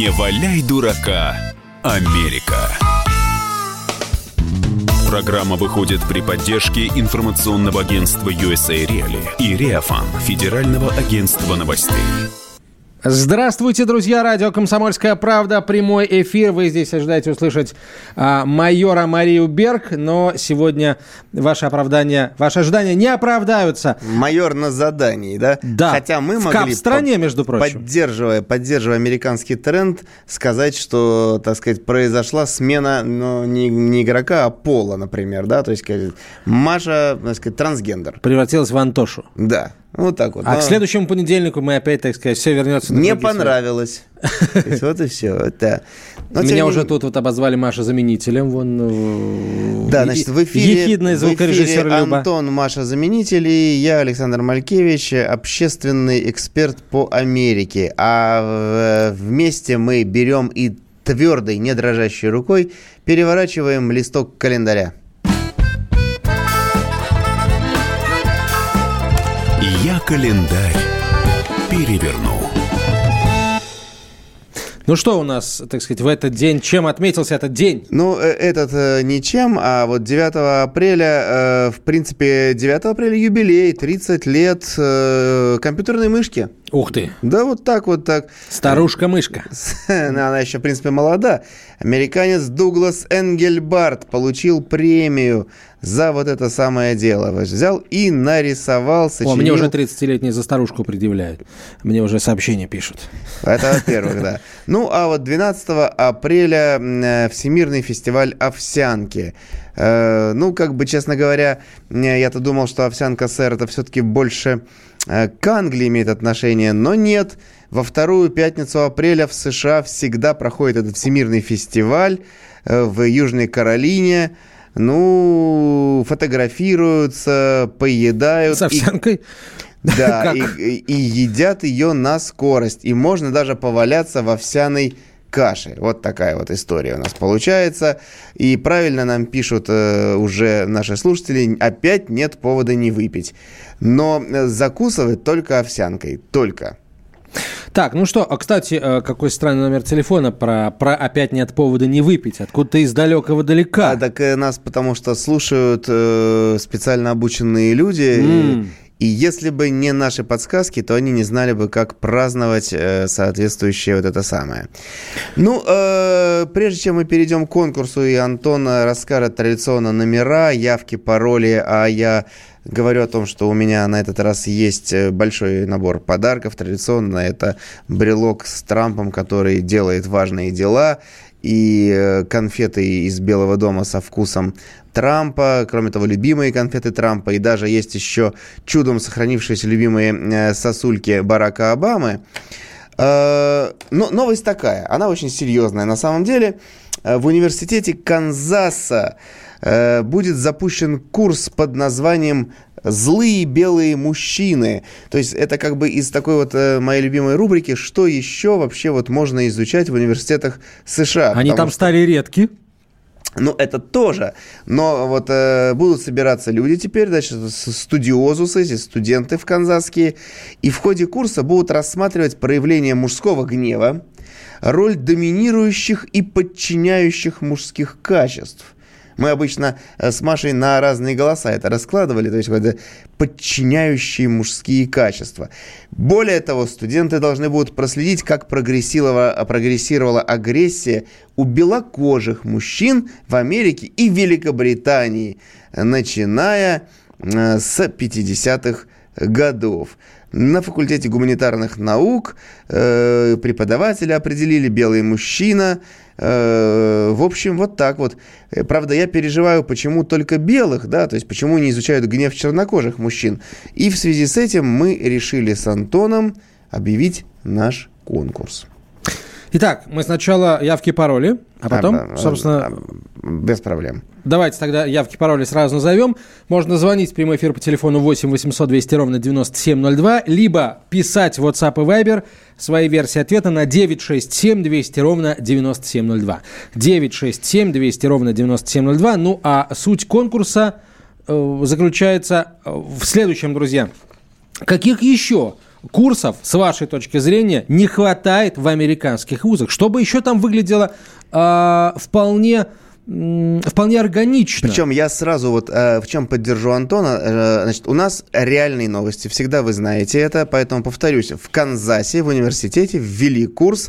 Не валяй дурака, Америка. Программа выходит при поддержке информационного агентства USA Reali и Реафан, Федерального агентства новостей. Здравствуйте, друзья! Радио «Комсомольская правда». Прямой эфир. Вы здесь ожидаете услышать майора Марию Берг, но сегодня ваши ожидания не оправдаются. Майор на задании, да? Да. Хотя мы могли, в стране, между прочим, поддерживая американский тренд, сказать, что, так сказать, произошла смена, ну, не игрока, а пола, например, да? То есть, Маша, так сказать, трансгендер. Превратилась в Антошу. Да. Вот так вот. А к следующему понедельнику мы опять, так сказать, все вернется на не понравилось. Вот и все. Меня уже тут вот обозвали Маша заменителем. Да, значит, в эфире ехидный звукорежиссер Люба. Антон, Маша заменитель, и я, Александр Малькевич, общественный эксперт по Америке. А вместе мы берем и твердой, не дрожащей рукой переворачиваем листок календаря. Я календарь переверну. Ну что у нас, так сказать, в этот день? Чем отметился этот день? Ну, этот ничем, а вот 9 апреля, в принципе, 9 апреля юбилей, 30 лет компьютерной мышки. Ух ты. Да, вот так. Старушка-мышка. Она еще, в принципе, молода. Американец Дуглас Энгельбарт получил премию за вот это самое дело. Взял и нарисовал, сочинил... Мне уже 30-летние за старушку предъявляют. Мне уже сообщения пишут. Это во-первых, да. Ну, а вот 12 апреля Всемирный фестиваль овсянки. Ну, как бы, честно говоря, я-то думал, что овсянка, сэр, это все-таки больше к Англии имеет отношение, но нет. Во вторую пятницу апреля в США всегда проходит этот Всемирный фестиваль в Южной Каролине. Ну, фотографируются, поедают. С овсянкой? Да, и едят ее на скорость. И можно даже поваляться в овсяной каше. Вот такая вот история у нас получается. И правильно нам пишут уже наши слушатели, опять нет повода не выпить. Но закусывать только овсянкой. Только. Так, ну что, кстати, какой странный номер телефона про опять нет повода не выпить. Откуда-то из далекого далека. Так нас потому что слушают специально обученные люди. И если бы не наши подсказки, то они не знали бы, как праздновать соответствующее вот это самое. Ну, прежде чем мы перейдем к конкурсу, и Антон расскажет традиционно номера, явки, пароли, а я говорю о том, что у меня на этот раз есть большой набор подарков. Традиционно это брелок с Трампом, который делает важные дела, и конфеты из Белого дома со вкусом Трампа, кроме того, любимые конфеты Трампа, и даже есть еще чудом сохранившиеся любимые сосульки Барака Обамы. Но новость такая, она очень серьезная. На самом деле, в университете Канзаса будет запущен курс под названием «Злые белые мужчины». То есть это как бы из такой вот моей любимой рубрики, что еще вообще вот можно изучать в университетах США. Они там стали редки. Ну, это тоже. Но вот будут собираться люди теперь, значит, студиозусы, студенты в канзасские, и в ходе курса будут рассматривать проявление мужского гнева, роль доминирующих и подчиняющих мужских качеств. Мы обычно с Машей на разные голоса это раскладывали, то есть вот подчиняющие мужские качества. Более того, студенты должны будут проследить, как прогрессировала агрессия у белокожих мужчин в Америке и Великобритании, начиная с 50-х годов. На факультете гуманитарных наук преподаватели определили белый мужчина. В общем, вот так вот. Правда, я переживаю, почему только белых, да, то есть почему не изучают гнев чернокожих мужчин. И в связи с этим мы решили с Антоном объявить наш конкурс. Итак, мы сначала явки-пароли, а потом, собственно... Без проблем. Давайте тогда явки-пароли сразу назовем. Можно звонить в прямой эфир по телефону 8 800 200 ровно 9702, либо писать в WhatsApp и Viber свои версии ответа на 967 200 ровно 9702. 967 200 ровно 9702. Ну, а суть конкурса заключается в следующем, друзья. Каких еще курсов, с вашей точки зрения, не хватает в американских вузах? Чтобы еще там выглядело вполне органично. Причем я сразу в чем поддержу Антона. Значит, у нас реальные новости. Всегда вы знаете это. Поэтому повторюсь. В Канзасе в университете ввели курс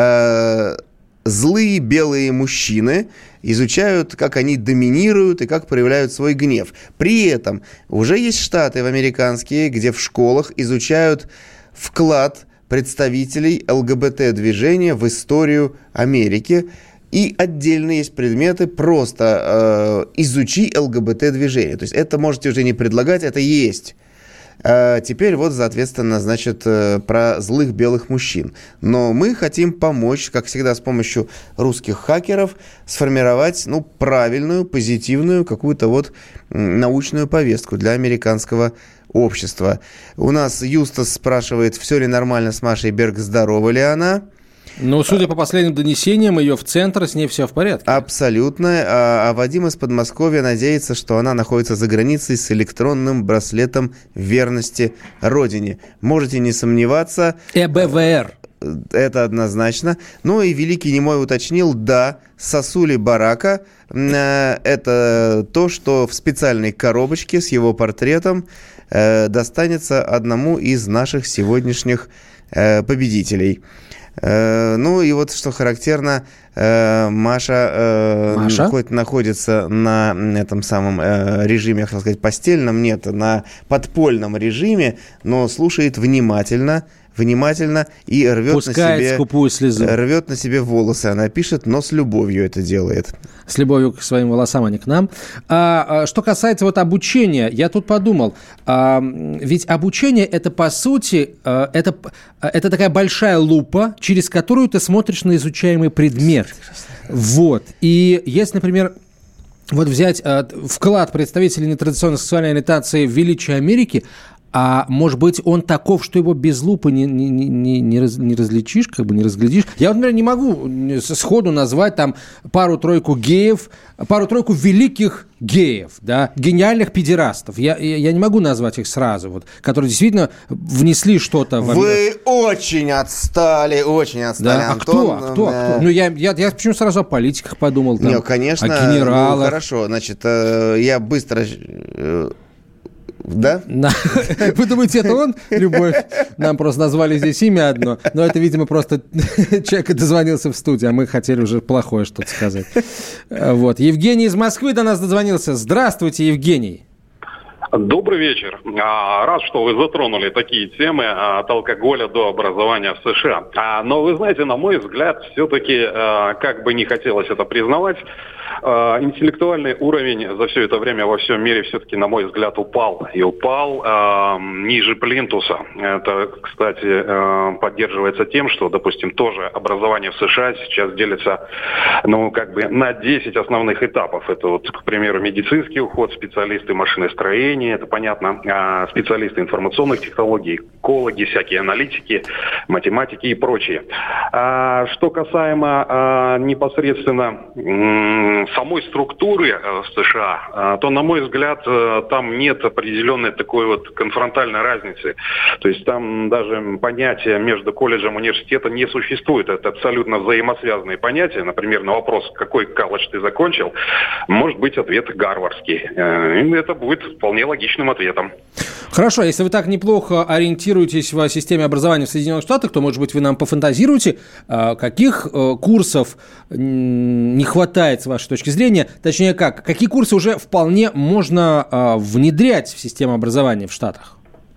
«Злые белые мужчины» изучают, как они доминируют и как проявляют свой гнев. При этом уже есть штаты американские, где в школах изучают вклад представителей ЛГБТ-движения в историю Америки. И отдельно есть предметы просто изучи ЛГБТ-движение. То есть это можете уже не предлагать, это есть. Теперь вот, соответственно, значит, про злых белых мужчин. Но мы хотим помочь, как всегда, с помощью русских хакеров сформировать, правильную, позитивную какую-то вот научную повестку для американского общества. У нас Юстас спрашивает, все ли нормально с Машей Берг, здорова ли она? Ну, судя по последним донесениям, ее в центр, с ней все в порядке. Абсолютно. А Вадим из Подмосковья надеется, что она находится за границей с электронным браслетом верности Родине. Можете не сомневаться. ЭБВР. Это однозначно. Ну и Великий Немой уточнил, да, сосули Барака – это то, что в специальной коробочке с его портретом достанется одному из наших сегодняшних победителей. Ну и вот что характерно, Маша? Находится на этом самом режиме, я хотел сказать, постельном, нет, на подпольном режиме, но слушает внимательно и рвет скупую слезу. Рвет на себе волосы. Она пишет, но с любовью это делает. С любовью к своим волосам, а не к нам. Что касается вот обучения, я тут подумал, ведь обучение это, по сути, это такая большая лупа, через которую ты смотришь на изучаемый предмет. Вот. И если, например, вот взять вклад представителей нетрадиционной сексуальной ориентации в величие Америки, а может быть, он таков, что его без лупы не различишь, как бы не разглядишь. Я, например, не могу сходу назвать там пару-тройку великих геев, да, гениальных педерастов. Я не могу назвать их сразу, вот, которые действительно внесли что-то в... Вы очень отстали, да? Антон. А кто? Ну, я почему сразу о политиках подумал, там, конечно, о генералах. Ну, хорошо, значит, я быстро... Да? Вы думаете, это он, Любовь? Нам просто назвали здесь имя одно. Но это, видимо, просто человек дозвонился в студию, а мы хотели уже плохое что-то сказать. Вот. Евгений из Москвы до нас дозвонился. Здравствуйте, Евгений. Добрый вечер. Рад, что вы затронули такие темы от алкоголя до образования в США. Но вы знаете, на мой взгляд, все-таки, как бы не хотелось это признавать, интеллектуальный уровень за все это время во всем мире все-таки, на мой взгляд, упал. И упал ниже плинтуса. Это, кстати, поддерживается тем, что, допустим, тоже образование в США сейчас делится, на 10 основных этапов. Это вот, к примеру, медицинский уход, специалисты машиностроения, это понятно, специалисты информационных технологий, экологи, всякие аналитики, математики и прочие. Что касаемо непосредственно самой структуры в США, то, на мой взгляд, там нет определенной такой вот конфронтальной разницы. То есть там даже понятия между колледжем и университетом не существует. Это абсолютно взаимосвязанные понятия. Например, на вопрос, какой колледж ты закончил, может быть ответ гарвардский. И это будет вполне логичным ответом. Хорошо, если вы так неплохо ориентируетесь в системе образования в Соединенных Штатах, то, может быть, вы нам пофантазируете, каких курсов не хватает, с вашей точки зрения, точнее как, какие курсы уже вполне можно внедрять в систему образования в Штатах?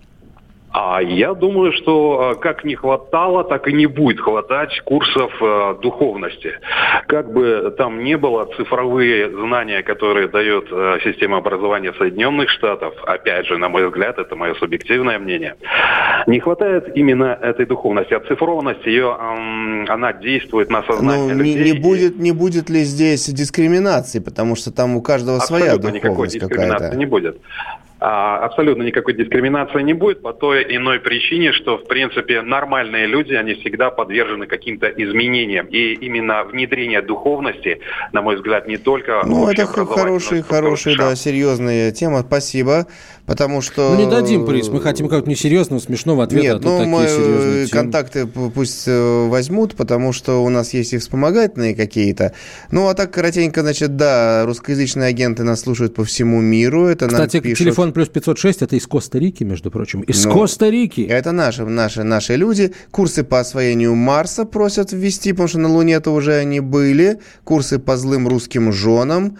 Я думаю, что как не хватало, так и не будет хватать курсов духовности. Как бы там ни было, цифровые знания, которые дает система образования Соединенных Штатов, опять же, на мой взгляд, это мое субъективное мнение, не хватает именно этой духовности. Оцифрованность ее, она действует на сознание людей. Не будет ли здесь дискриминации, потому что там у каждого своя духовность какая-то? Абсолютно никакой дискриминации не будет. абсолютно никакой дискриминации не будет по той иной причине, что, в принципе, нормальные люди, они всегда подвержены каким-то изменениям. И именно внедрение духовности, на мой взгляд, не только... Ну, это хорошая, да, серьезная тема. Спасибо. Потому что... Ну, не дадим приз. Мы хотим как-то несерьезного, смешного ответа. Нет, ну, мы контакты пусть возьмут, потому что у нас есть и вспомогательные какие-то. Ну, а так, коротенько, значит, да, русскоязычные агенты нас слушают по всему миру. Это кстати, нам пишут... телефон плюс 506, это из Коста-Рики, между прочим. Из Коста-Рики. Это наши люди. Курсы по освоению Марса просят ввести, потому что на Луне-то уже они были. Курсы по злым русским женам.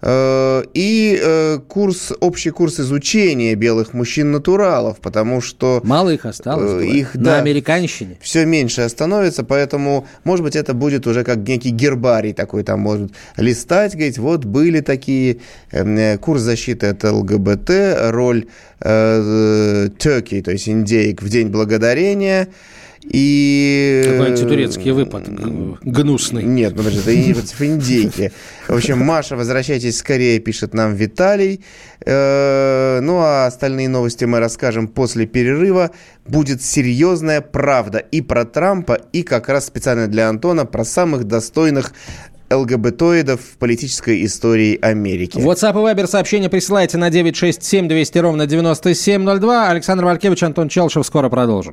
И общий курс изучения белых мужчин-натуралов, потому что... Мало их осталось, их, на американщине. Все меньше становится, поэтому, может быть, это будет уже как некий гербарий такой, там может листать, говорить, вот были такие, курс защиты от ЛГБТ, роль turkey, то есть индейк в День Благодарения. И... Какой антитурецкий выпад гнусный. Нет, ну, это индейки. В общем, Маша, возвращайтесь скорее, пишет нам Виталий. Ну, а остальные новости мы расскажем после перерыва. Будет серьезная правда и про Трампа, и как раз специально для Антона про самых достойных ЛГБТоидов в политической истории Америки. WhatsApp и Viber сообщения присылайте на 967 200 ровно 9702. Александр Маркевич, Антон Челшев. Скоро продолжим.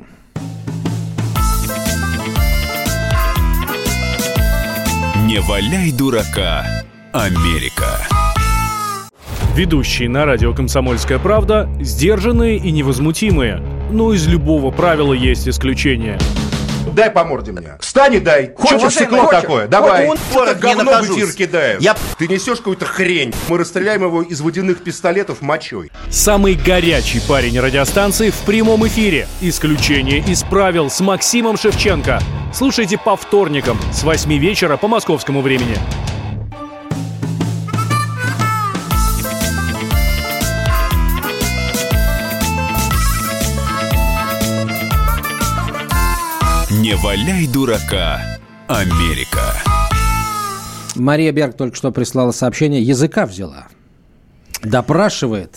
Не валяй дурака, Америка. Ведущие на радио «Комсомольская правда» сдержанные и невозмутимые. Но из любого правила есть исключение. Дай по морде мне. Встань и дай. Хочешь стекло такое? Давай. Что-то говно в эфир кидаешь. Ты несешь какую-то хрень. Мы расстреляем его из водяных пистолетов мочой. Самый горячий парень радиостанции в прямом эфире. Исключение из правил с Максимом Шевченко. Слушайте по вторникам с 8 вечера по московскому времени. Не валяй дурака, Америка. Мария Берг только что прислала сообщение, языка взяла. Допрашивает.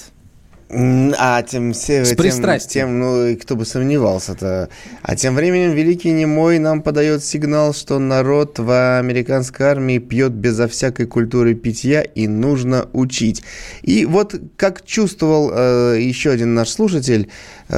С пристрастием. Ну, кто бы сомневался-то. А тем временем Великий Немой нам подает сигнал, что народ в американской армии пьет безо всякой культуры питья и нужно учить. И вот как чувствовал еще один наш слушатель,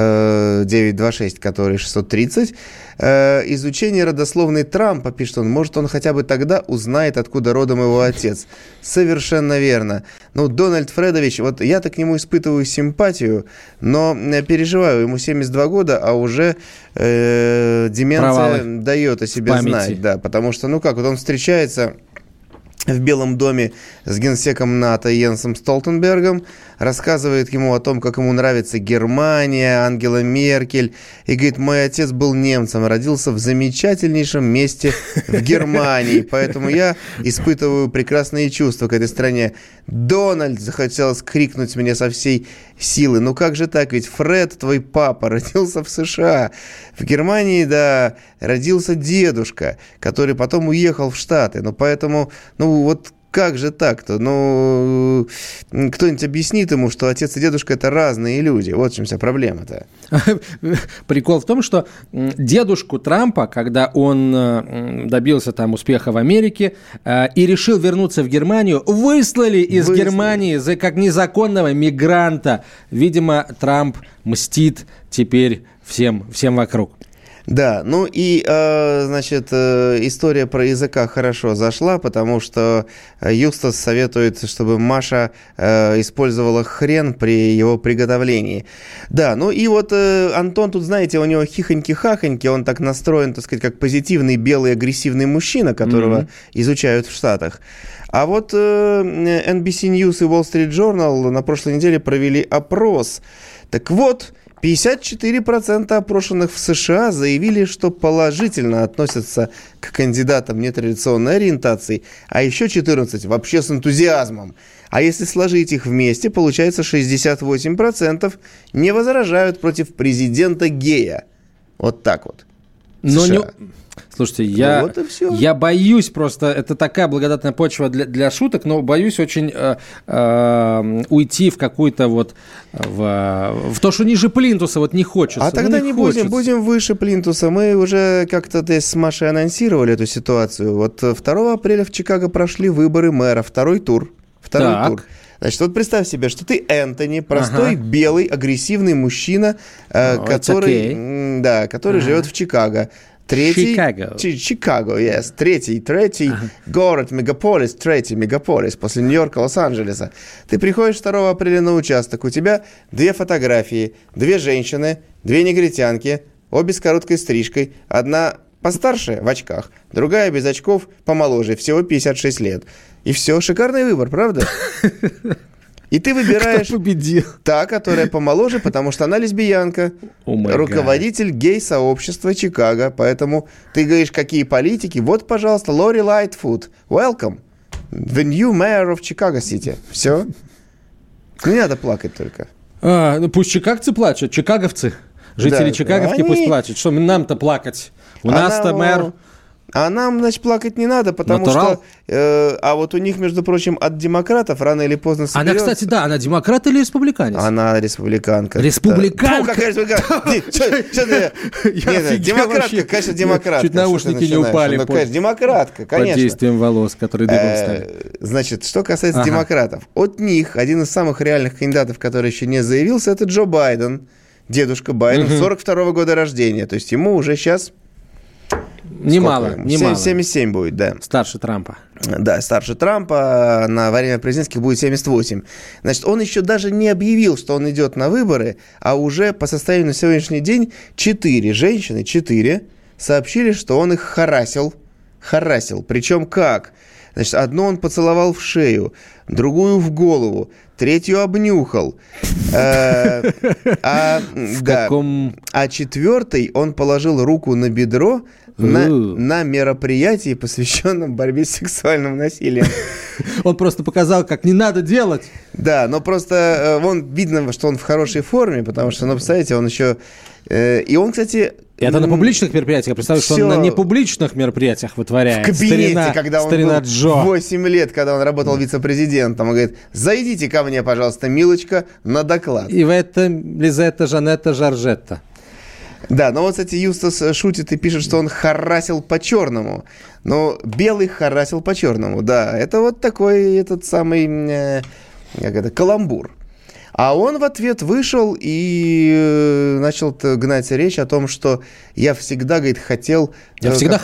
926, который 630, изучение родословной Трампа, пишет он, может, он хотя бы тогда узнает, откуда родом его отец. Совершенно верно. Ну, Дональд Фредович, вот я-то к нему испытываю симпатию, но переживаю, ему 72 года, а уже деменция дает о себе знать. Да, потому что, ну как, вот он встречается в Белом доме с генсеком НАТО Йенсом Столтенбергом, рассказывает ему о том, как ему нравится Германия, Ангела Меркель, и говорит, мой отец был немцем, родился в замечательнейшем месте в Германии, поэтому я испытываю прекрасные чувства к этой стране. Дональд, захотелось крикнуть мне со всей силы, ну как же так, ведь Фред, твой папа, родился в США, в Германии, да, родился дедушка, который потом уехал в Штаты, ну поэтому, ну вот как же так-то? Ну, кто-нибудь объяснит ему, что отец и дедушка – это разные люди. Вот в чем вся проблема-то. Прикол в том, что дедушку Трампа, когда он добился там успеха в Америке и решил вернуться в Германию, выслали из Германии как незаконного мигранта. Видимо, Трамп мстит теперь всем вокруг. Да, ну и, значит, история про языка хорошо зашла, потому что Юстас советует, чтобы Маша использовала хрен при его приготовлении. Да, ну и вот Антон тут, знаете, у него хихоньки-хахоньки, он так настроен, так сказать, как позитивный белый агрессивный мужчина, которого изучают в Штатах. А вот NBC News и Wall Street Journal на прошлой неделе провели опрос. Так вот, 54% опрошенных в США заявили, что положительно относятся к кандидатам нетрадиционной ориентации, а еще 14% вообще с энтузиазмом. А если сложить их вместе, получается 68% не возражают против президента гея. Вот так вот. Слушайте, я боюсь просто, это такая благодатная почва для шуток, но боюсь очень уйти в какую-то вот, в то, что ниже плинтуса вот не хочется. А тогда не будем выше плинтуса. Мы уже как-то здесь с Машей анонсировали эту ситуацию. Вот 2 апреля в Чикаго прошли выборы мэра, второй тур. Значит, вот представь себе, что ты Энтони, простой, белый, агрессивный мужчина, который живет в Чикаго. Чикаго, yes. Третий город, мегаполис, третий мегаполис после Нью-Йорка, Лос-Анджелеса. Ты приходишь 2 апреля на участок, у тебя 2 фотографии, 2 женщины, 2 негритянки, обе с короткой стрижкой, одна постарше в очках, другая без очков помоложе, всего 56 лет. И все, шикарный выбор, правда? И ты выбираешь та, которая помоложе, потому что она лесбиянка, руководитель гей-сообщества Чикаго. Поэтому ты говоришь, какие политики. Вот, пожалуйста, Лори Лайтфуд. Welcome. The new mayor of Chicago City. Все. Не надо плакать только. Пусть чикагцы плачут, чикаговцы. Жители Чикаговки пусть плачут. Что нам-то плакать? У нас-то мэр... А нам, значит, плакать не надо, потому что... а вот у них, между прочим, от демократов рано или поздно соберется... Она, кстати, она демократ или республиканец? Она республиканка. Республиканка? Какая республиканка? Демократка, конечно, демократка. Чуть наушники не упали. Ну, конечно, демократка, конечно. Под действием волос, которые дыбом стали. Значит, что касается демократов. От них один из самых реальных кандидатов, который еще не заявился, это Джо Байден. Дедушка Байден, 42-го года рождения. То есть ему уже сейчас... Немало. 77 будет, да. Старше Трампа. Да, старше Трампа, на время президентских будет 78. Значит, он еще даже не объявил, что он идет на выборы, а уже по состоянию на сегодняшний день 4 женщины сообщили, что он их харасил. Причем как? Значит, одну он поцеловал в шею, другую в голову, третью обнюхал. А 4-й он положил руку на бедро на мероприятии, посвященном борьбе с сексуальным насилием. Он просто показал, как не надо делать. Да, но просто видно, что он в хорошей форме, потому что, представляете, он еще... И он, кстати... Это на публичных мероприятиях. Я представляю, что он на непубличных мероприятиях вытворяет. В кабинете, когда он был 8 лет, когда он работал вице-президентом, он говорит: зайдите ко мне, пожалуйста, милочка, на доклад. И в это Лизетта, Жанетта, Жоржетта. Да, но вот, кстати, Юстас шутит и пишет, что он харасил по-черному. Но белый харасил по-черному, да. Это вот такой этот самый каламбур. А он в ответ вышел и начал гнать речь о том, что я всегда, говорит, хотел... Всегда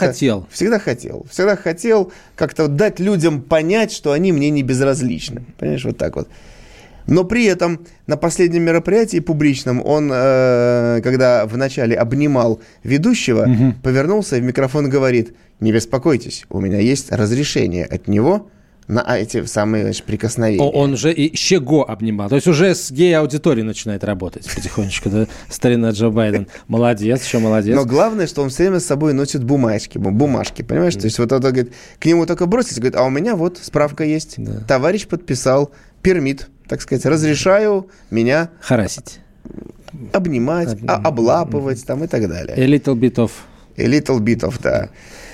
хотел как-то дать людям понять, что они мне не безразличны. Понимаешь, вот так вот. Но при этом на последнем мероприятии публичном он, когда вначале обнимал ведущего, повернулся и в микрофон говорит: не беспокойтесь, у меня есть разрешение от него на эти самые прикосновения. Он же и Щего обнимал. То есть уже с гей-аудиторией начинает работать потихонечку. Да? Старина Джо Байден. Молодец, еще молодец. Но главное, что он все время с собой носит бумажки, понимаешь? То есть вот это, говорит, к нему только бросится, говорит: а у меня вот справка есть. Да. Товарищ подписал пермит, так сказать, разрешаю меня... харасить. Обнимать, облапывать там и так далее. A little bit of, да.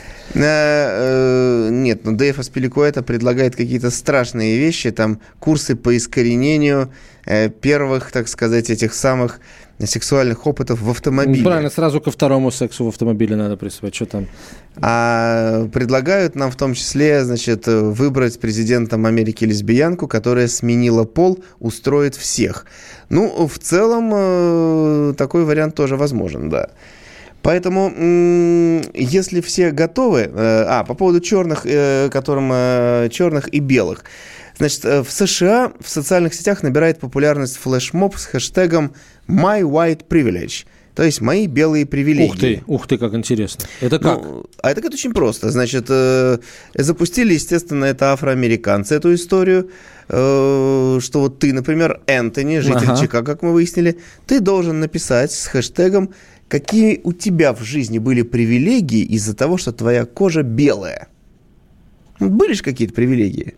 Нет, Дэйв Аспиликуэта предлагает какие-то страшные вещи, там курсы по искоренению первых, так сказать, этих самых сексуальных опытов в автомобиле. Правильно, сразу ко второму сексу в автомобиле надо присвоить, что там? А предлагают нам в том числе, значит, выбрать президентом Америки лесбиянку, которая сменила пол, устроит всех. Ну, в целом, такой вариант тоже возможен, да. Поэтому, если все готовы... по поводу черных, черных и белых. Значит, в США в социальных сетях набирает популярность флешмоб с хэштегом «My White Privilege», то есть «Мои белые привилегии». Ух ты, как интересно. Это как? Это очень просто. Значит, запустили, естественно, это афроамериканцы, эту историю, что вот ты, например, Энтони, житель Чикаго, как мы выяснили, ты должен написать с хэштегом, какие у тебя в жизни были привилегии из-за того, что твоя кожа белая. Были же какие-то привилегии?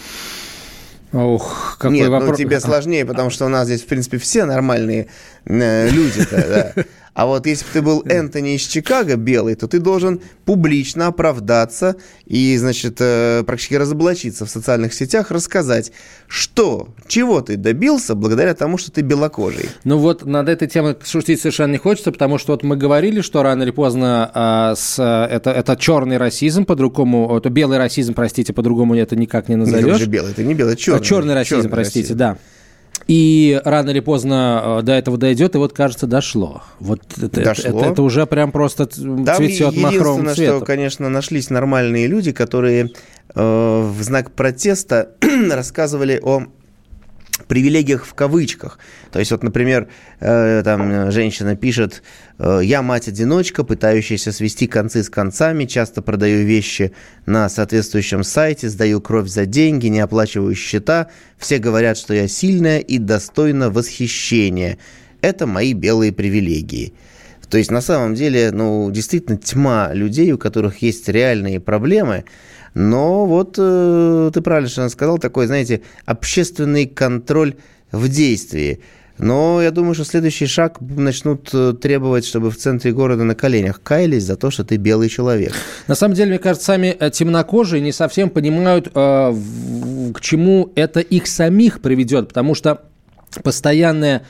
Какой Нет, вопрос. тебе сложнее, потому что у нас здесь, в принципе, все нормальные люди. Да. А вот если бы ты был Энтони из Чикаго, белый, то ты должен публично оправдаться и, значит, практически разоблачиться в социальных сетях, рассказать, чего ты добился благодаря тому, что ты белокожий. Ну вот над этой темой шутить совершенно не хочется, потому что вот мы говорили, что рано или поздно это черный расизм, по-другому, это белый расизм, простите, по-другому это никак не назовешь. Это же белый, это не белый, это черный. Черный расизм, простите, да. И рано или поздно до этого дойдет, и вот, кажется, дошло. Вот это уже прям просто цветет махровым цветом. Единственное, что, конечно, нашлись нормальные люди, которые в знак протеста рассказывали о привилегиях в кавычках. То есть, вот, например, там женщина пишет: «Я мать-одиночка, пытающаяся свести концы с концами, часто продаю вещи на соответствующем сайте, сдаю кровь за деньги, не оплачиваю счета. Все говорят, что я сильная и достойна восхищения. Это мои белые привилегии». То есть, на самом деле, действительно тьма людей, у которых есть реальные проблемы. Но вот ты правильно сказал, такой, знаете, общественный контроль в действии. Но я думаю, что следующий шаг начнут требовать, чтобы в центре города на коленях каялись за то, что ты белый человек. На самом деле, мне кажется, сами темнокожие не совсем понимают, к чему это их самих приведет, потому что постоянное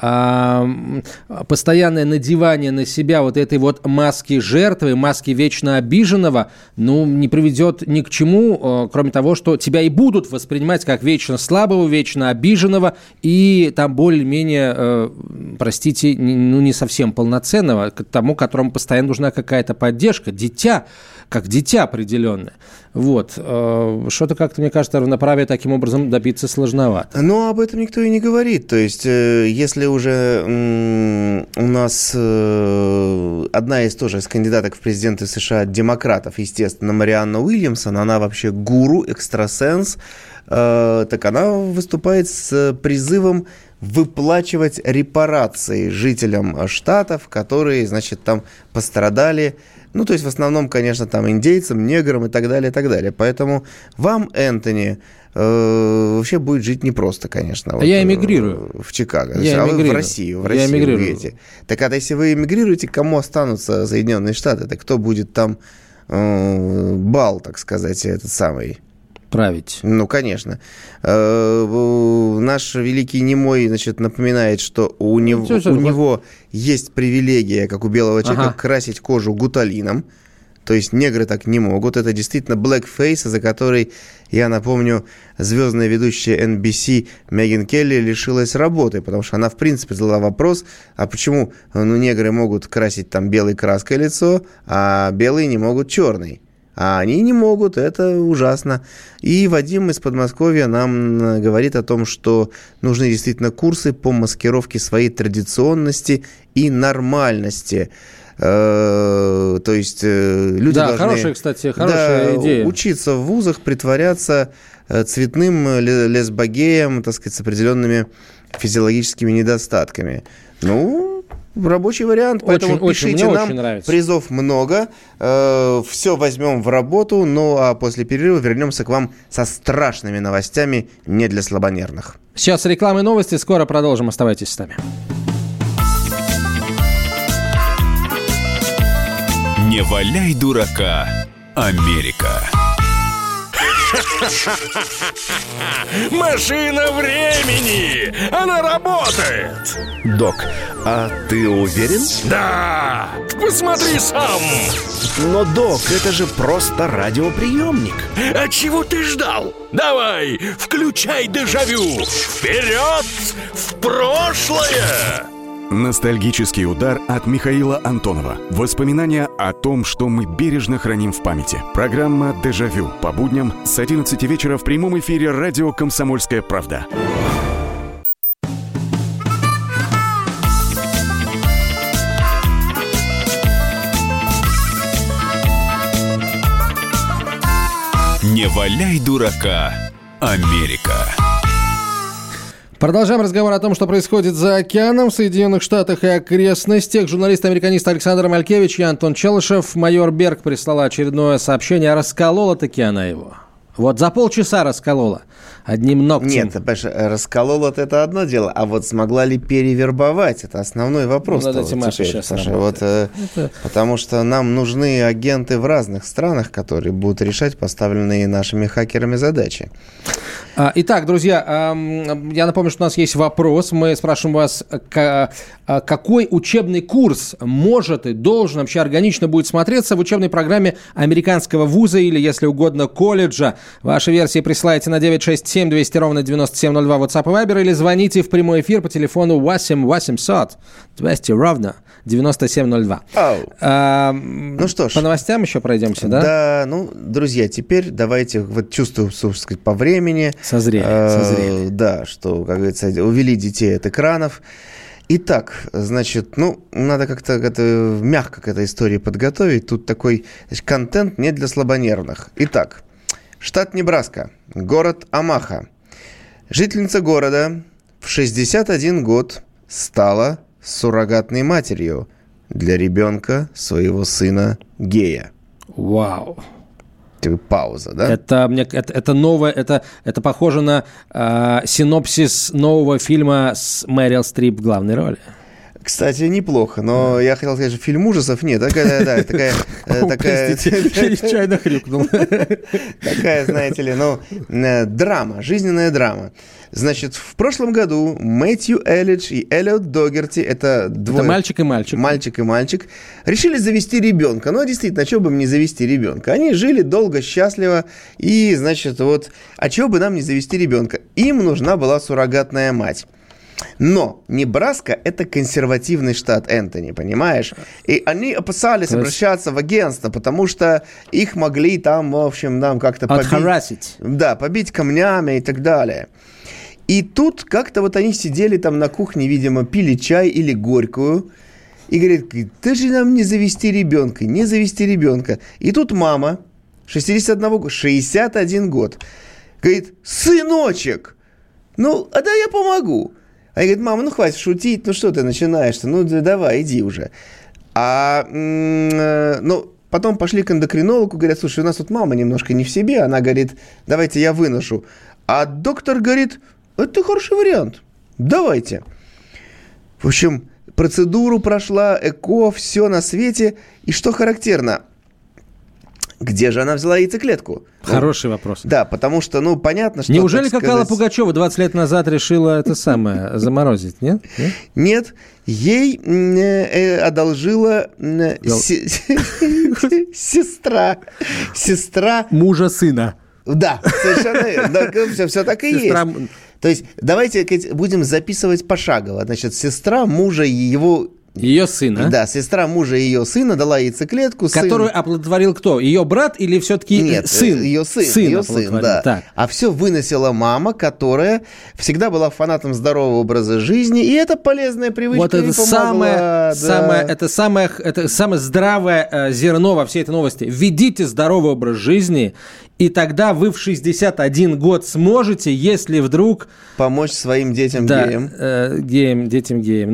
надевание на себя вот этой вот маски жертвы, маски вечно обиженного, не приведет ни к чему, кроме того, что тебя и будут воспринимать как вечно слабого, вечно обиженного и там более-менее, простите, не совсем полноценного, к тому, которому постоянно нужна какая-то поддержка, как дитя определенное. Вот. Что-то как-то, мне кажется, равноправие таким образом добиться сложновато. Но об этом никто и не говорит. То есть, если уже у нас одна из кандидаток в президенты США, демократов, естественно, Марианна Уильямсон, она вообще гуру, экстрасенс, так она выступает с призывом выплачивать репарации жителям штатов, которые, значит, там пострадали. То есть, в основном, конечно, там индейцам, неграм и так далее, и так далее. Поэтому вам, Энтони, вообще будет жить непросто, конечно. Я эмигрирую. В Чикаго. Вы в Россию уедете. Так а если вы эмигрируете, кому останутся Соединенные Штаты? Это кто будет там бал, так сказать, этот самый... править. Конечно. Наш великий немой, значит, напоминает, что у него есть привилегия, как у белого человека, красить кожу гуталином. То есть негры так не могут. Это действительно blackface, за который, я напомню, звездная ведущая NBC Меган Келли лишилась работы, потому что она, в принципе, задала вопрос, а почему негры могут красить там белой краской лицо, а белые не могут черной. А они не могут, это ужасно. И Вадим из Подмосковья нам говорит о том, что нужны действительно курсы по маскировке своей традиционности и нормальности. То есть люди должны... хорошая идея. Учиться в вузах, притворяться цветным лесбогеем, так сказать, с определенными физиологическими недостатками. Рабочий вариант, поэтому пишите нам, призов много, все возьмем в работу, а после перерыва вернемся к вам со страшными новостями не для слабонервных. Сейчас реклама и новости, скоро продолжим, оставайтесь с нами. Не валяй дурака, Америка. Машина времени! Она работает! Док, а ты уверен? Да! Посмотри сам! Но, док, это же просто радиоприемник. А чего ты ждал? Давай, включай дежавю! Вперед! В прошлое! Ностальгический удар от Михаила Антонова. Воспоминания о том, что мы бережно храним в памяти. Программа «Дежавю» по будням с 11 вечера в прямом эфире радио «Комсомольская правда». Не валяй дурака, Америка. Продолжаем разговор о том, что происходит за океаном в Соединенных Штатах и окрестностях. Журналист-американист Александр Малькевич, я Антон Челышев. Майор Берг прислала очередное сообщение. Расколола-таки она его. Вот за полчаса расколола. одним ногтем. Нет, понимаешь, расколол это одно дело, а вот смогла ли перевербовать, это основной вопрос. Над этим Маша сейчас потому что нам нужны агенты в разных странах, которые будут решать поставленные нашими хакерами задачи. Итак, друзья, я напомню, что у нас есть вопрос. Мы спрашиваем вас, какой учебный курс может и должен вообще органично будет смотреться в учебной программе американского вуза или, если угодно, колледжа. Ваши версии присылайте на 967 200 ровно 9702 WhatsApp и Viber или звоните в прямой эфир по телефону 8 800 200 ровно 9702. Ну что ж. По новостям еще пройдемся, да? Да, друзья, теперь давайте, вот чувствую, сказать, по времени. Созрели. Да, что, как говорится, увели детей от экранов. Итак, значит, надо как-то мягко к этой истории подготовить. Тут такой контент не для слабонервных. Итак, штат Небраска, город Омаха. Жительница города в 61 год стала суррогатной матерью для ребенка своего сына гея. Вау. Пауза, да? Это новое, это похоже на синопсис нового фильма с Мэрил Стрип в главной роли. Кстати, неплохо, но я хотел сказать, что фильм ужасов нет. Такая... Простите, я нечаянно хрюкнул. Такая, знаете ли, драма, жизненная драма. Значит, в прошлом году Мэтью Эллидж и Эллиот Догерти, это двое... Это мальчик и мальчик. Мальчик и мальчик. Решили завести ребенка. Действительно, а чего бы им не завести ребенка? Они жили долго, счастливо. И, значит, а чего бы нам не завести ребенка? Им нужна была суррогатная мать. Но Небраска – это консервативный штат, Энтони, понимаешь? И они опасались обращаться в агентство, потому что их могли там, в общем, как-то отхарасить. Да, побить камнями и так далее. И тут как-то они сидели там на кухне, видимо, пили чай или горькую. И говорит, ты же нам не завести ребенка. И тут мама, 61 год, говорит, сыночек, да я помогу. А я говорю, мама, хватит шутить, что ты начинаешь-то, давай, иди уже. Потом пошли к эндокринологу, говорят, слушай, у нас тут мама немножко не в себе, она говорит, давайте я выношу. А доктор говорит, это хороший вариант, давайте. В общем, процедуру прошла, ЭКО, все на свете, и что характерно, где же она взяла яйцеклетку? Хороший вопрос. Да, потому что, понятно, что... Неужели как Алла Пугачева 20 лет назад решила это самое заморозить, нет? Нет, ей одолжила сестра. Мужа сына. Да, совершенно, все так и есть. То есть, давайте будем записывать пошагово. Значит, сестра мужа ее сына. Да, сестра мужа ее сына дала яйцеклетку. Которую оплодотворил кто? Ее брат или все-таки Нет, сын? Ее сын, да. Так. А все выносила мама, которая всегда была фанатом здорового образа жизни, и это полезная привычка. Вот это самое здравое зерно во всей этой новости. Ведите здоровый образ жизни, и тогда вы в 61 год сможете, если вдруг... Помочь своим детям-геям. Детям геям,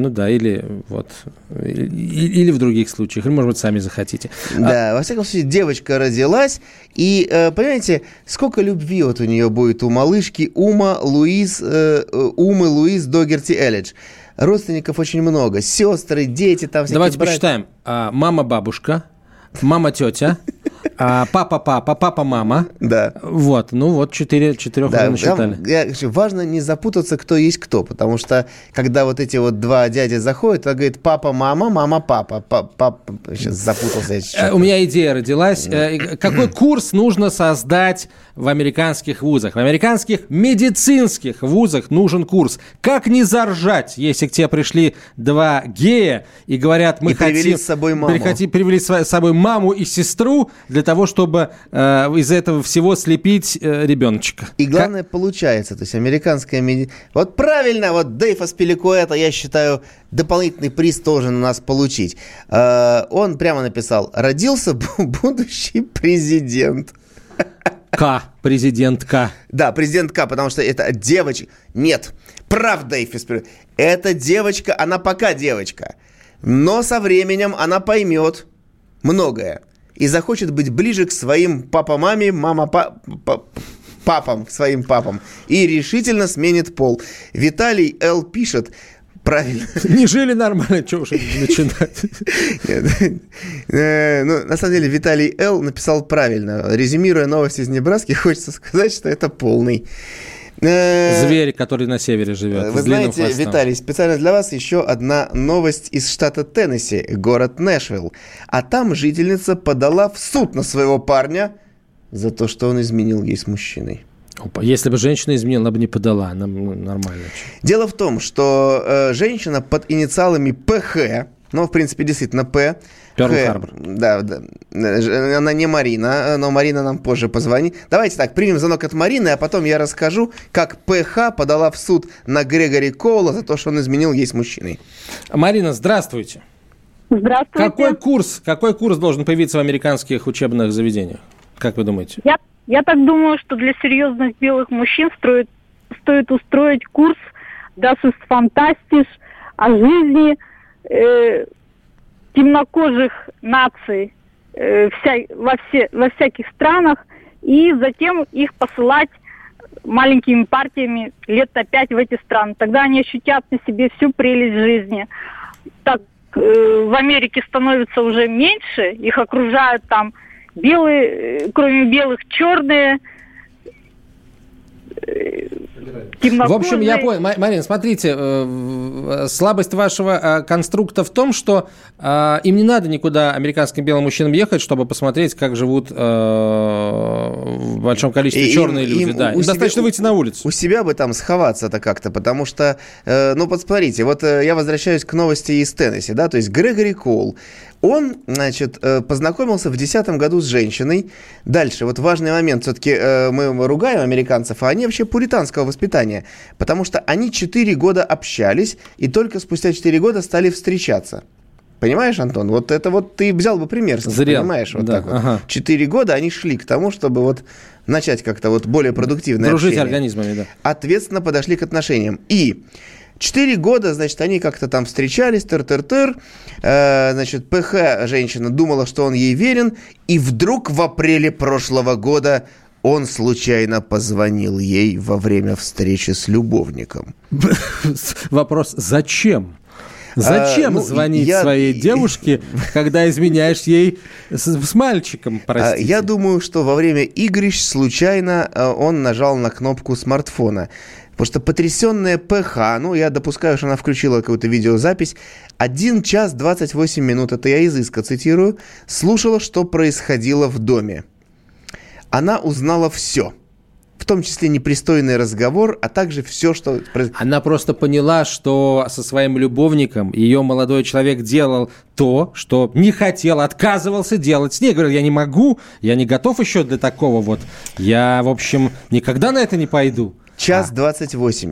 или в других случаях, или, может быть, сами захотите. Да, во всяком случае, девочка родилась, и, понимаете, сколько любви у нее будет у малышки Умы Луиз Догерти Эллидж. Родственников очень много, сестры, дети, там всякие. Давайте посчитаем. Мама-бабушка, мама-тетя, папа-папа, папа-мама. Да. Четырех уже насчитали. Важно не запутаться, кто есть кто, потому что, когда эти два дяди заходят, он говорит, папа-мама, мама-папа. Сейчас запутался. У меня идея родилась. Какой курс нужно создать в американских вузах? В американских медицинских вузах нужен курс. Как не заржать, если к тебе пришли два гея и говорят, мы привели с собой маму. Привели с собой маму и сестру для того, чтобы из этого всего слепить ребеночка. И главное, получается, то есть американская медицина... Правильно, Дэйв Аспиликуэта, я считаю, дополнительный приз должен у нас получить. Он прямо написал, родился будущий президент. Президент К. Да, президент К, потому что это девочка. Нет, прав Дэйв Аспиликуэта. Эта девочка, она пока девочка. Но со временем она поймет многое. И захочет быть ближе к своим папа-маме, своим папам и решительно сменит пол. Виталий Л. пишет... Правильно. Не жили нормально, что уж начинать. На самом деле Виталий Л. написал правильно. Резюмируя новости из Небраски, хочется сказать, что это полный. Зверь, который на севере живет. Вы знаете, Виталий, специально для вас еще одна новость из штата Теннесси, город Нэшвилл. А там жительница подала в суд на своего парня за то, что он изменил ей с мужчиной. Если бы женщина изменила, она бы не подала. Она нормально. Дело в том, что женщина под инициалами ПХ, в принципе, действительно П. Перл-Харбор. Да. Она не Марина, но Марина нам позже позвонит. Давайте так, примем звонок от Марины, а потом я расскажу, как ПХ подала в суд на Грегори Коула за то, что он изменил ей с мужчиной. Марина, здравствуйте. Здравствуйте. Какой курс должен появиться в американских учебных заведениях? Как вы думаете? Я так думаю, что для серьезных белых мужчин стоит устроить курс «Das ist fantastisch» о жизни темнокожих наций во всяких странах, и затем их посылать маленькими партиями лет на 5 в эти страны. Тогда они ощутят на себе всю прелесть жизни. Так в Америке становится уже меньше, их окружают там белые, кроме белых, черные, темнокожие. В общем, я понял. Марина, смотрите, слабость вашего конструкта в том, что им не надо никуда, американским белым мужчинам, ехать, чтобы посмотреть, как живут в большом количестве черные люди. Им достаточно выйти на улицу. У себя бы там сховаться-то как-то, потому что, посмотрите, вот я возвращаюсь к новости из Теннесси, да, то есть Грегори Коул. Он, познакомился в 2010 году с женщиной. Дальше, вот важный момент, все-таки мы ругаем американцев, а они вообще пуританского воспитания, потому что они 4 года общались и только спустя 4 года стали встречаться. Понимаешь, Антон? Вот это вот ты взял бы пример, понимаешь? Вот так вот. Ага. 4 года они шли к тому, чтобы вот начать как-то вот более продуктивное дружить общение. Организмами, да. Ответственно подошли к отношениям. И 4 года, они как-то там встречались, ПХ женщина думала, что он ей верен, и вдруг в апреле прошлого года он случайно позвонил ей во время встречи с любовником. Вопрос, зачем? Зачем звонить своей девушке, когда изменяешь ей с мальчиком, простите? Я думаю, что во время игрищ случайно он нажал на кнопку смартфона. Потому что потрясенная ПХ, я допускаю, что она включила какую-то видеозапись, 1 час 28 минут, это я из иска цитирую, слушала, что происходило в доме. Она узнала все. В том числе непристойный разговор, а также все, что... Она просто поняла, что со своим любовником ее молодой человек делал то, что не хотел, отказывался делать с ней. Говорил, я не могу, я не готов еще для такого вот. Я, в общем, никогда на это не пойду. Час 28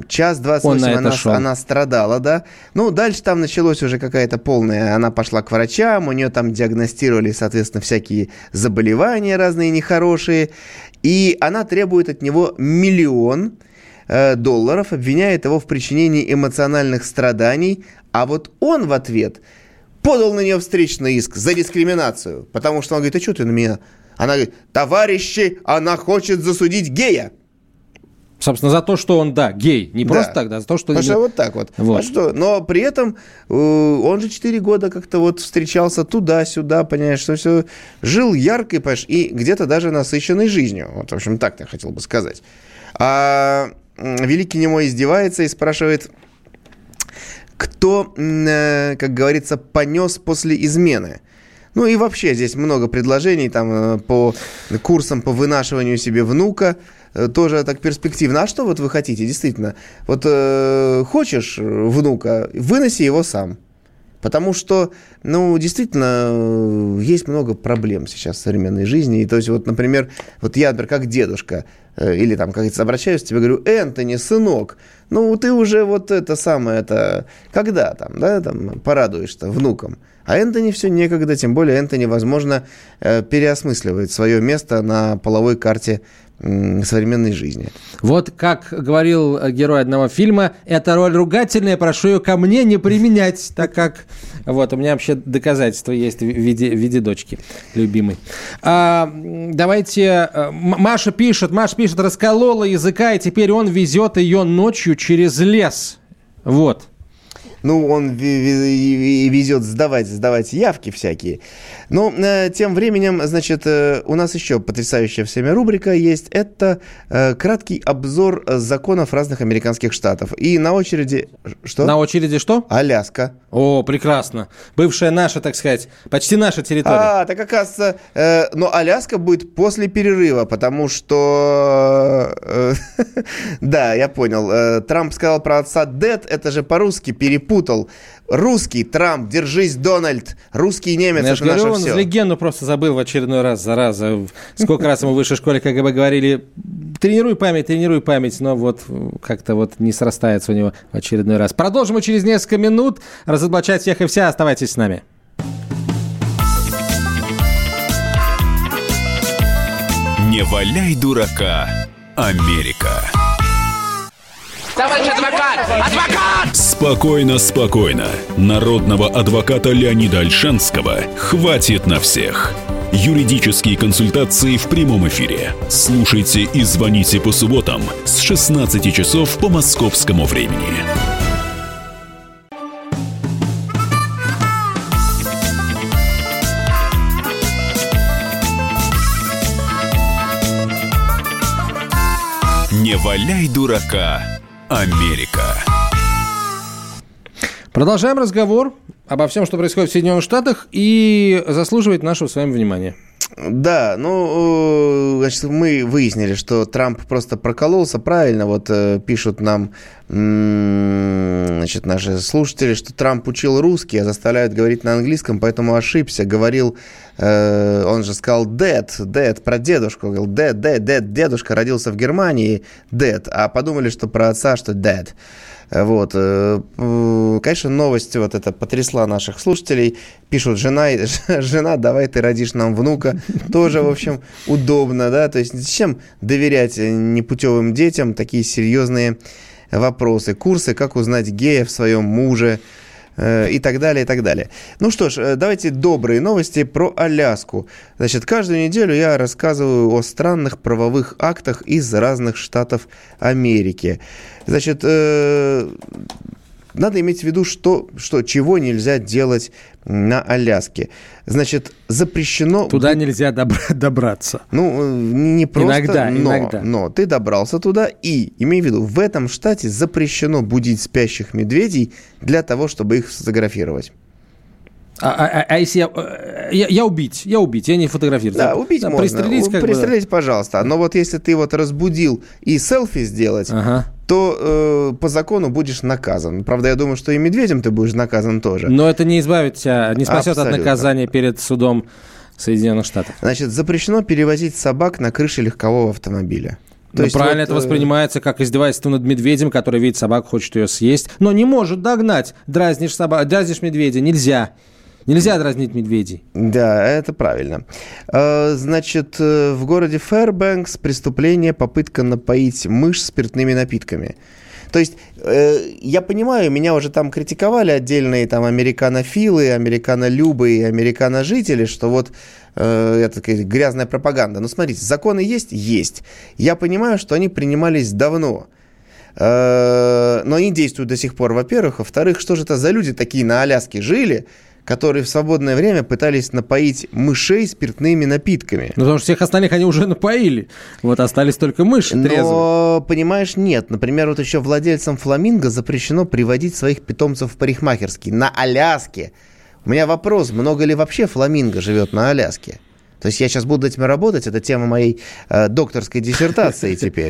она страдала, да. Дальше там началось уже какая-то полная... Она пошла к врачам, у нее там диагностировали, соответственно, всякие заболевания разные нехорошие. И она требует от него $1 миллион, обвиняет его в причинении эмоциональных страданий. А вот он в ответ подал на нее встречный иск за дискриминацию. Потому что он говорит, а что ты на меня? Она говорит, товарищи, она хочет засудить гея. Собственно, за то, что он, гей. Не просто так, за то, что... Потому что вот так вот. А что? Но при этом он же 4 года как-то вот встречался туда-сюда, понимаешь, что все жил яркой, понимаешь, и где-то даже насыщенной жизнью. Вот, в общем, так я хотел бы сказать. А Великий Немой издевается и спрашивает, кто, как говорится, понес после измены. И вообще здесь много предложений там по курсам по вынашиванию себе внука. Тоже так перспективно. А что вот вы хотите, действительно? Вот хочешь внука, выноси его сам. Потому что, действительно, есть много проблем сейчас в современной жизни. И то есть, вот, например, я, как дедушка, или там, как-то обращаюсь к тебе, говорю, Энтони, сынок, ты уже когда порадуешься внукам? А Энтони все некогда, тем более Энтони, возможно, переосмысливает свое место на половой карте современной жизни. Вот как говорил герой одного фильма, эта роль ругательная, прошу ее ко мне не применять, так как вот у меня вообще доказательства есть в виде дочки любимой. Давайте, Маша пишет, расколола языка, и теперь он везет ее ночью через лес. Вот. Ну, он везет сдавать явки всякие. Но тем временем, значит, у нас еще потрясающая всеми рубрика есть. Это краткий обзор законов разных американских штатов. И на очереди... Что? На очереди что? Аляска. О, прекрасно. Бывшая наша, так сказать, почти наша территория. Так оказывается, но Аляска будет после перерыва, потому что... Да, я понял. Трамп сказал про отца Дэд, это же по-русски перепутал. Русский Трамп, держись, Дональд. Русский немец, это наше он все. Он легенду просто забыл в очередной раз, зараза. Сколько раз ему в высшей школе КГБ говорили, тренируй память, но вот как-то вот не срастается у него в очередной раз. Продолжим через несколько минут. Разоблачать всех и вся. Оставайтесь с нами. Не валяй дурака, Америка. Товарищ адвокат! Адвокат! Спокойно. Народного адвоката Леонида Ольшанского хватит на всех. Юридические консультации в прямом эфире. Слушайте и звоните по субботам с 16 часов по московскому времени. Не валяй дурака, Америка. Продолжаем разговор обо всем, что происходит в Соединенных Штатах и заслуживает нашего с вами внимания. Да, значит, мы выяснили, что Трамп просто прокололся правильно. Вот пишут нам, значит, наши слушатели, что Трамп учил русский, а заставляют говорить на английском, поэтому ошибся. Говорил, он же сказал dad про дедушку. Говорил, dad, дедушка родился в Германии, dad, а подумали, что про отца, что dad. Вот. Конечно, новость вот эта потрясла наших слушателей. Пишут, жена, давай ты родишь нам внука. Тоже, в общем, удобно, да. То есть зачем доверять непутевым детям такие серьезные вопросы? Курсы, как узнать гея в своем муже и так далее, и так далее. Ну что ж, давайте добрые новости про Аляску. Значит, каждую неделю я рассказываю о странных правовых актах из разных штатов Америки. Значит, надо иметь в виду, чего нельзя делать на Аляске. Значит, запрещено... Туда нельзя добраться. Ну, не просто, иногда. Но ты добрался туда, и, имей в виду, в этом штате запрещено будить спящих медведей для того, чтобы их сфотографировать. А если я убить, я не фотографировать. Да, убить можно. Пристрелить, пожалуйста. Но вот если ты вот разбудил и селфи сделать, то по закону будешь наказан. Правда, я думаю, что и медведем ты будешь наказан тоже. Но это не избавит тебя, не спасет от наказания перед судом Соединенных Штатов. Значит, запрещено перевозить собак на крыше легкового автомобиля. Правильно, это воспринимается как издевательство над медведем, который видит собаку, хочет ее съесть, но не может догнать. Дразнишь медведя, нельзя. Нельзя дразнить медведей. Да, это правильно. Значит, в городе Фэрбэнкс преступление попытка напоить мышь спиртными напитками. То есть, я понимаю, меня уже там критиковали отдельные там американофилы, американолюбы и американожители, что вот это такая грязная пропаганда. Но смотрите, законы есть? Есть. Я понимаю, что они принимались давно. Но они действуют до сих пор, во-первых. Во-вторых, что же это за люди такие на Аляске жили, которые в свободное время пытались напоить мышей спиртными напитками. Ну, потому что всех остальных они уже напоили. Вот остались только мыши трезвые. Но, понимаешь, нет. Например, вот еще владельцам фламинго запрещено приводить своих питомцев в парикмахерские на Аляске. У меня вопрос, много ли вообще фламинго живет на Аляске? То есть я сейчас буду этим работать, это тема моей докторской диссертации теперь.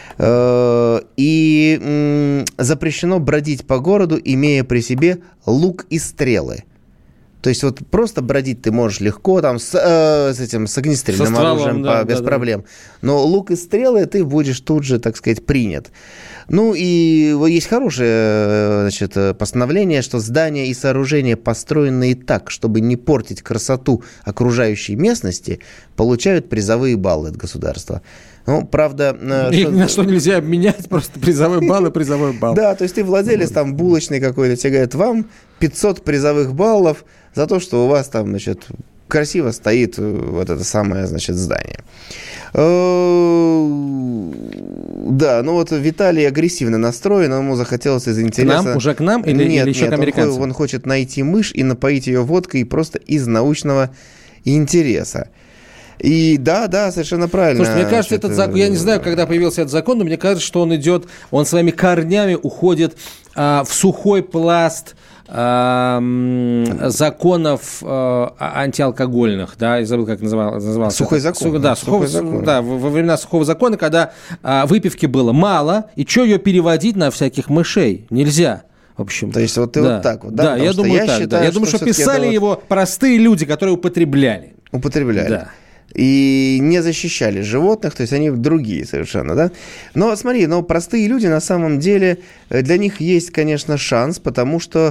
И запрещено бродить по городу, имея при себе лук и стрелы. То есть вот просто бродить ты можешь легко там с огнестрельным оружием без проблем. Но лук и стрелы ты будешь тут же, так сказать, принят. Ну и есть хорошее, значит, постановление, что здания и сооружения, построенные так, чтобы не портить красоту окружающей местности, получают призовые баллы от государства. Ну, правда... Их на что нельзя обменять, просто призовой балл и призовой балл. Да, то есть ты владелец там булочной какой-то, тебе говорят, вам 500 призовых баллов за то, что у вас там, значит, красиво стоит вот это самое, значит, здание. Да, ну вот Виталий агрессивно настроен, ему захотелось из интереса... К нам? Уже к нам? Или еще к американцам? Он хочет найти мышь и напоить ее водкой просто из научного интереса. И да, совершенно правильно. Слушайте, мне кажется, этот закон, я не знаю, когда появился этот закон, но мне кажется, что он своими корнями уходит в сухой пласт законов антиалкогольных, да, я забыл, как назывался. Сухой закон. Сухой закон. Да, во времена сухого закона, когда выпивки было мало, и что ее переводить на всяких мышей? Нельзя. В общем, то есть вот ты вот так вот, да? Да, я думаю так. Считаю, я думаю, что писали его простые люди, которые употребляли. Да. И не защищали животных, то есть они другие совершенно, да. Но смотри, простые люди на самом деле, для них есть, конечно, шанс, потому что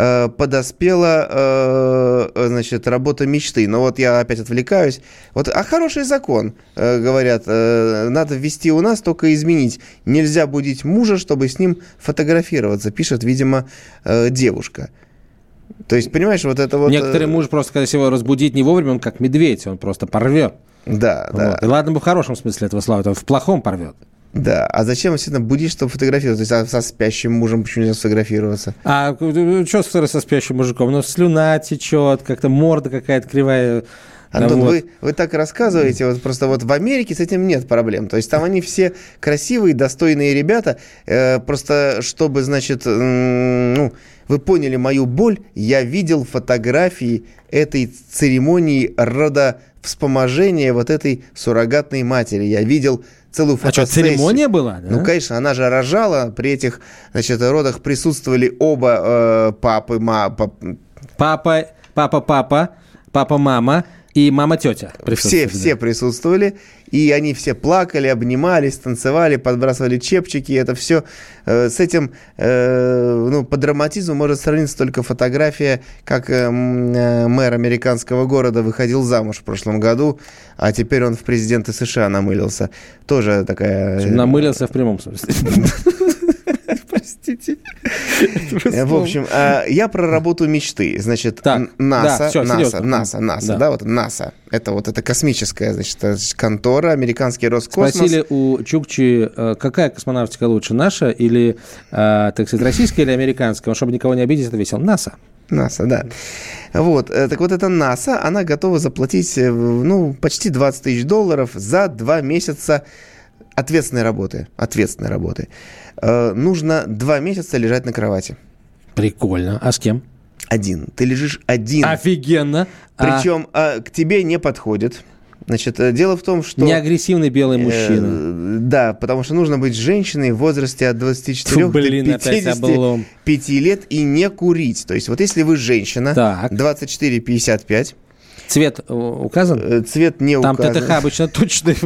подоспела, значит, работа мечты. Но вот я опять отвлекаюсь. Вот, хороший закон, говорят, надо ввести у нас, только изменить. Нельзя будить мужа, чтобы с ним фотографироваться, пишет, видимо, девушка. То есть, понимаешь, вот это вот... Некоторые мужи просто, когда его разбудить не вовремя, он как медведь, он просто порвет. Да, вот. Да. И ладно бы в хорошем смысле этого слова, то в плохом порвет. Да, а зачем действительно будить, чтобы фотографироваться? То есть, со спящим мужем почему нельзя сфотографироваться? А что со спящим мужиком? Ну, слюна течет, как-то морда какая-то кривая... Антон, вот. вы так рассказываете, вот просто вот в Америке с этим нет проблем. То есть там они все красивые, достойные ребята. Просто чтобы, значит, вы поняли мою боль, я видел фотографии этой церемонии родовспоможения вот этой суррогатной матери. Я видел целую фотосессию. А что, церемония была? Да? Ну, конечно, она же рожала. При этих, значит, родах присутствовали оба папы, папа, мама. И мама-тетя присутствовали. Все присутствовали, и они все плакали, обнимались, танцевали, подбрасывали чепчики. Это все с этим, по драматизму может сравниться только фотография, как мэр американского города выходил замуж в прошлом году, а теперь он в президенты США намылился. Тоже такая... Намылился в прямом смысле. Простите. В общем, я про работу мечты. Значит, НАСА, да, вот НАСА. Это космическая, значит, контора, американский Роскосмос. Спросили у Чукчи, какая космонавтика лучше, наша или, так сказать, российская или американская? Он, чтобы никого не обидеть, ответил НАСА. НАСА, да. Вот. Так вот, эта НАСА, она готова заплатить, почти $20 тысяч за 2 месяца ответственной работы. Нужно 2 месяца лежать на кровати. Прикольно. А с кем? Один. Ты лежишь один. Офигенно. Причем к тебе не подходит. Значит, дело в том, что... Не агрессивный белый мужчина. Да, потому что нужно быть женщиной в возрасте от 24 до 55 лет и не курить. То есть вот если вы женщина, 24-55... Цвет указан? Цвет не указан. Там ТТХ обычно точный.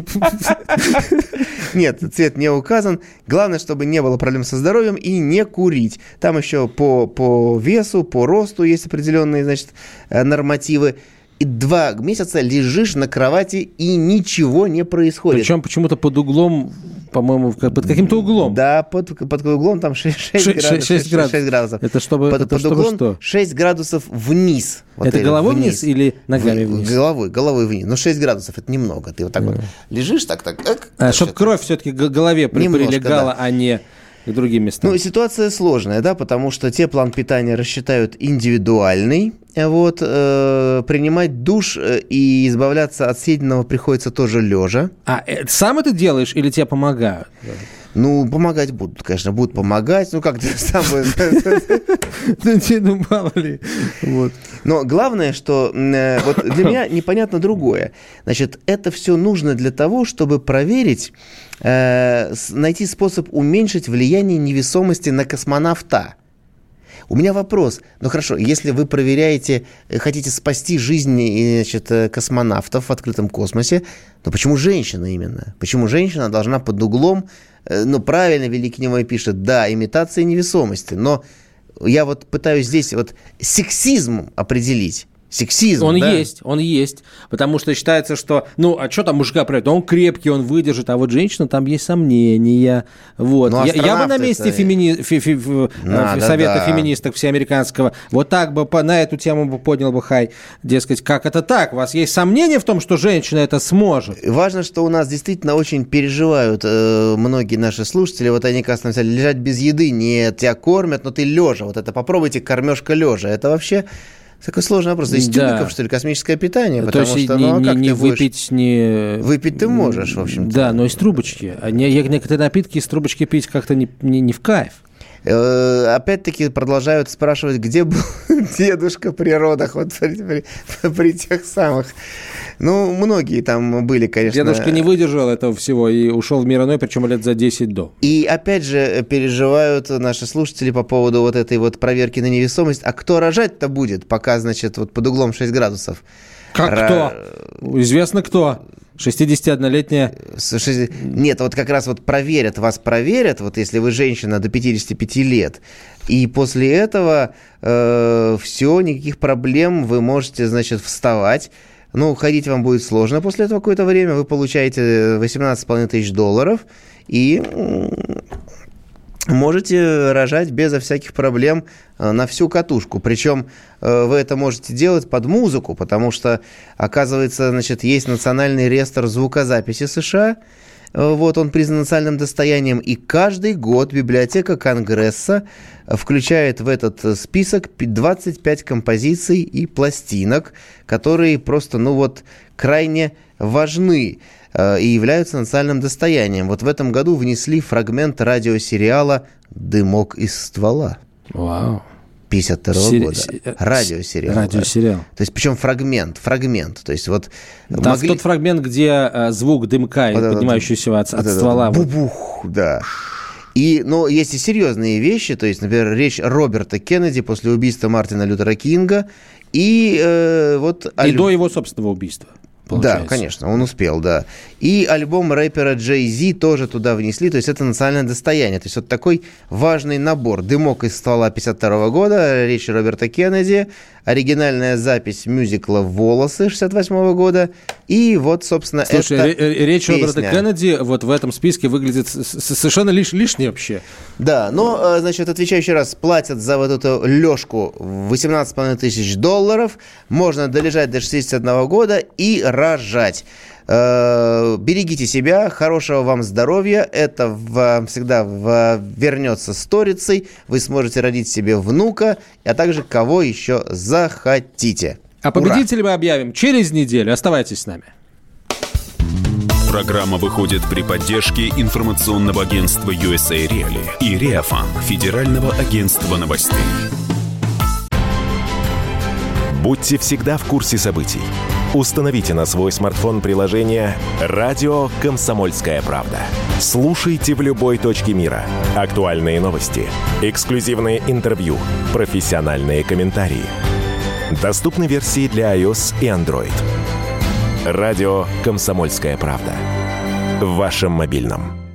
Нет, цвет не указан. Главное, чтобы не было проблем со здоровьем и не курить. Там еще по весу, по росту есть определенные, значит, нормативы. И 2 месяца лежишь на кровати, и ничего не происходит. Причем почему-то под углом, по-моему, под каким-то углом. Да, под углом там 6 градусов. Это чтобы, под углом что? 6 градусов вниз. Вот это головой вниз или ногами вниз? Головой вниз. Но 6 градусов это немного. Ты вот так вот лежишь, так. Чтобы кровь все-таки к голове прилегала, а не к другим местам. Ситуация сложная, да, потому что те план питания рассчитают индивидуальный. Вот, принимать душ и избавляться от съеденного приходится тоже лежа. А сам это делаешь или тебе помогают? Помогать будут, конечно, будут помогать. Как ты сам... мало ли. Но главное, что вот для меня непонятно другое. Значит, это все нужно для того, чтобы проверить, найти способ уменьшить влияние невесомости на космонавта. У меня вопрос. Хорошо, если вы проверяете, хотите спасти жизни, значит, космонавтов в открытом космосе, то почему женщина именно? Почему женщина должна под углом, правильно Великий Немой пишет, да, имитация невесомости, но я вот пытаюсь здесь вот сексизм определить. Сексизм, он да? Он есть. Потому что считается, что... а что там мужика проявит? Он крепкий, он выдержит. А вот женщина, там есть сомнения. Вот. Я бы на месте Совета феминисток всеамериканского вот так бы на эту тему бы поднял бы хай. Дескать, как это так? У вас есть сомнения в том, что женщина это сможет? Важно, что у нас действительно очень переживают многие наши слушатели. Вот они, как сказали, лежать без еды. Нет, тебя кормят, но ты лежа. Вот это попробуйте кормежка лежа. Это вообще... Такой сложный вопрос. Из тюбиков, что ли, космическое питание? Потому то есть что, не выпить, не... Выпить ты можешь, в общем-то. Да, но из трубочки. А некоторые напитки из трубочки пить как-то не в кайф. Опять-таки продолжают спрашивать, где был дедушка при родах, вот при тех самых. Многие там были, конечно. Дедушка не выдержал этого всего и ушел в мир иной, причем лет за 10 до. И опять же переживают наши слушатели по поводу вот этой вот проверки на невесомость. А кто рожать-то будет, пока, значит, вот под углом 6 градусов? Кто? Известно кто. 61-летняя... Нет, вот как раз вот вас проверят, вот если вы женщина до 55 лет, и после этого все, никаких проблем, вы можете, значит, вставать. Ходить вам будет сложно после этого какое-то время, вы получаете $18 500 и можете рожать безо всяких проблем на всю катушку. Причем вы это можете делать под музыку, потому что, оказывается, значит, есть Национальный реестр звукозаписи США. Вот, он признан национальным достоянием. И каждый год библиотека Конгресса включает в этот список 25 композиций и пластинок, которые просто, крайне важны и являются национальным достоянием. Вот в этом году внесли фрагмент радиосериала «Дымок из ствола». Вау. 52 года. Радиосериал. Радиосериал. То есть, причем фрагмент. То есть, вот... Там тот фрагмент, где звук дымка, поднимающийся от ствола. Бубух, да. И, есть и серьезные вещи, то есть, например, речь Роберта Кеннеди после убийства Мартина Лютера Кинга и И до его собственного убийства. Получается. Да, конечно, он успел, да. И альбом рэпера Джей Зи тоже туда внесли, то есть это национальное достояние. То есть вот такой важный набор. «Дымок из ствола» 52 года, речь Роберта Кеннеди, оригинальная запись мюзикла «Волосы» 68 года, и вот, собственно, Слушай, речь песня Роберта Кеннеди вот в этом списке выглядит совершенно лишней вообще. Да, но, значит, отвечаю еще раз, платят за вот эту лёжку $18 500, можно долежать до 61 года и рожать. Берегите себя, хорошего вам здоровья, это вам всегда вернется сторицей, вы сможете родить себе внука, а также кого еще захотите. А победителя мы объявим через неделю, оставайтесь с нами. Программа выходит при поддержке информационного агентства USA Reali и Реафан, Федерального агентства новостей. Будьте всегда в курсе событий. Установите на свой смартфон приложение «Радио Комсомольская правда». Слушайте в любой точке мира. Актуальные новости, эксклюзивные интервью, профессиональные комментарии. Доступны версии для iOS и Android. «Радио Комсомольская правда». В вашем мобильном.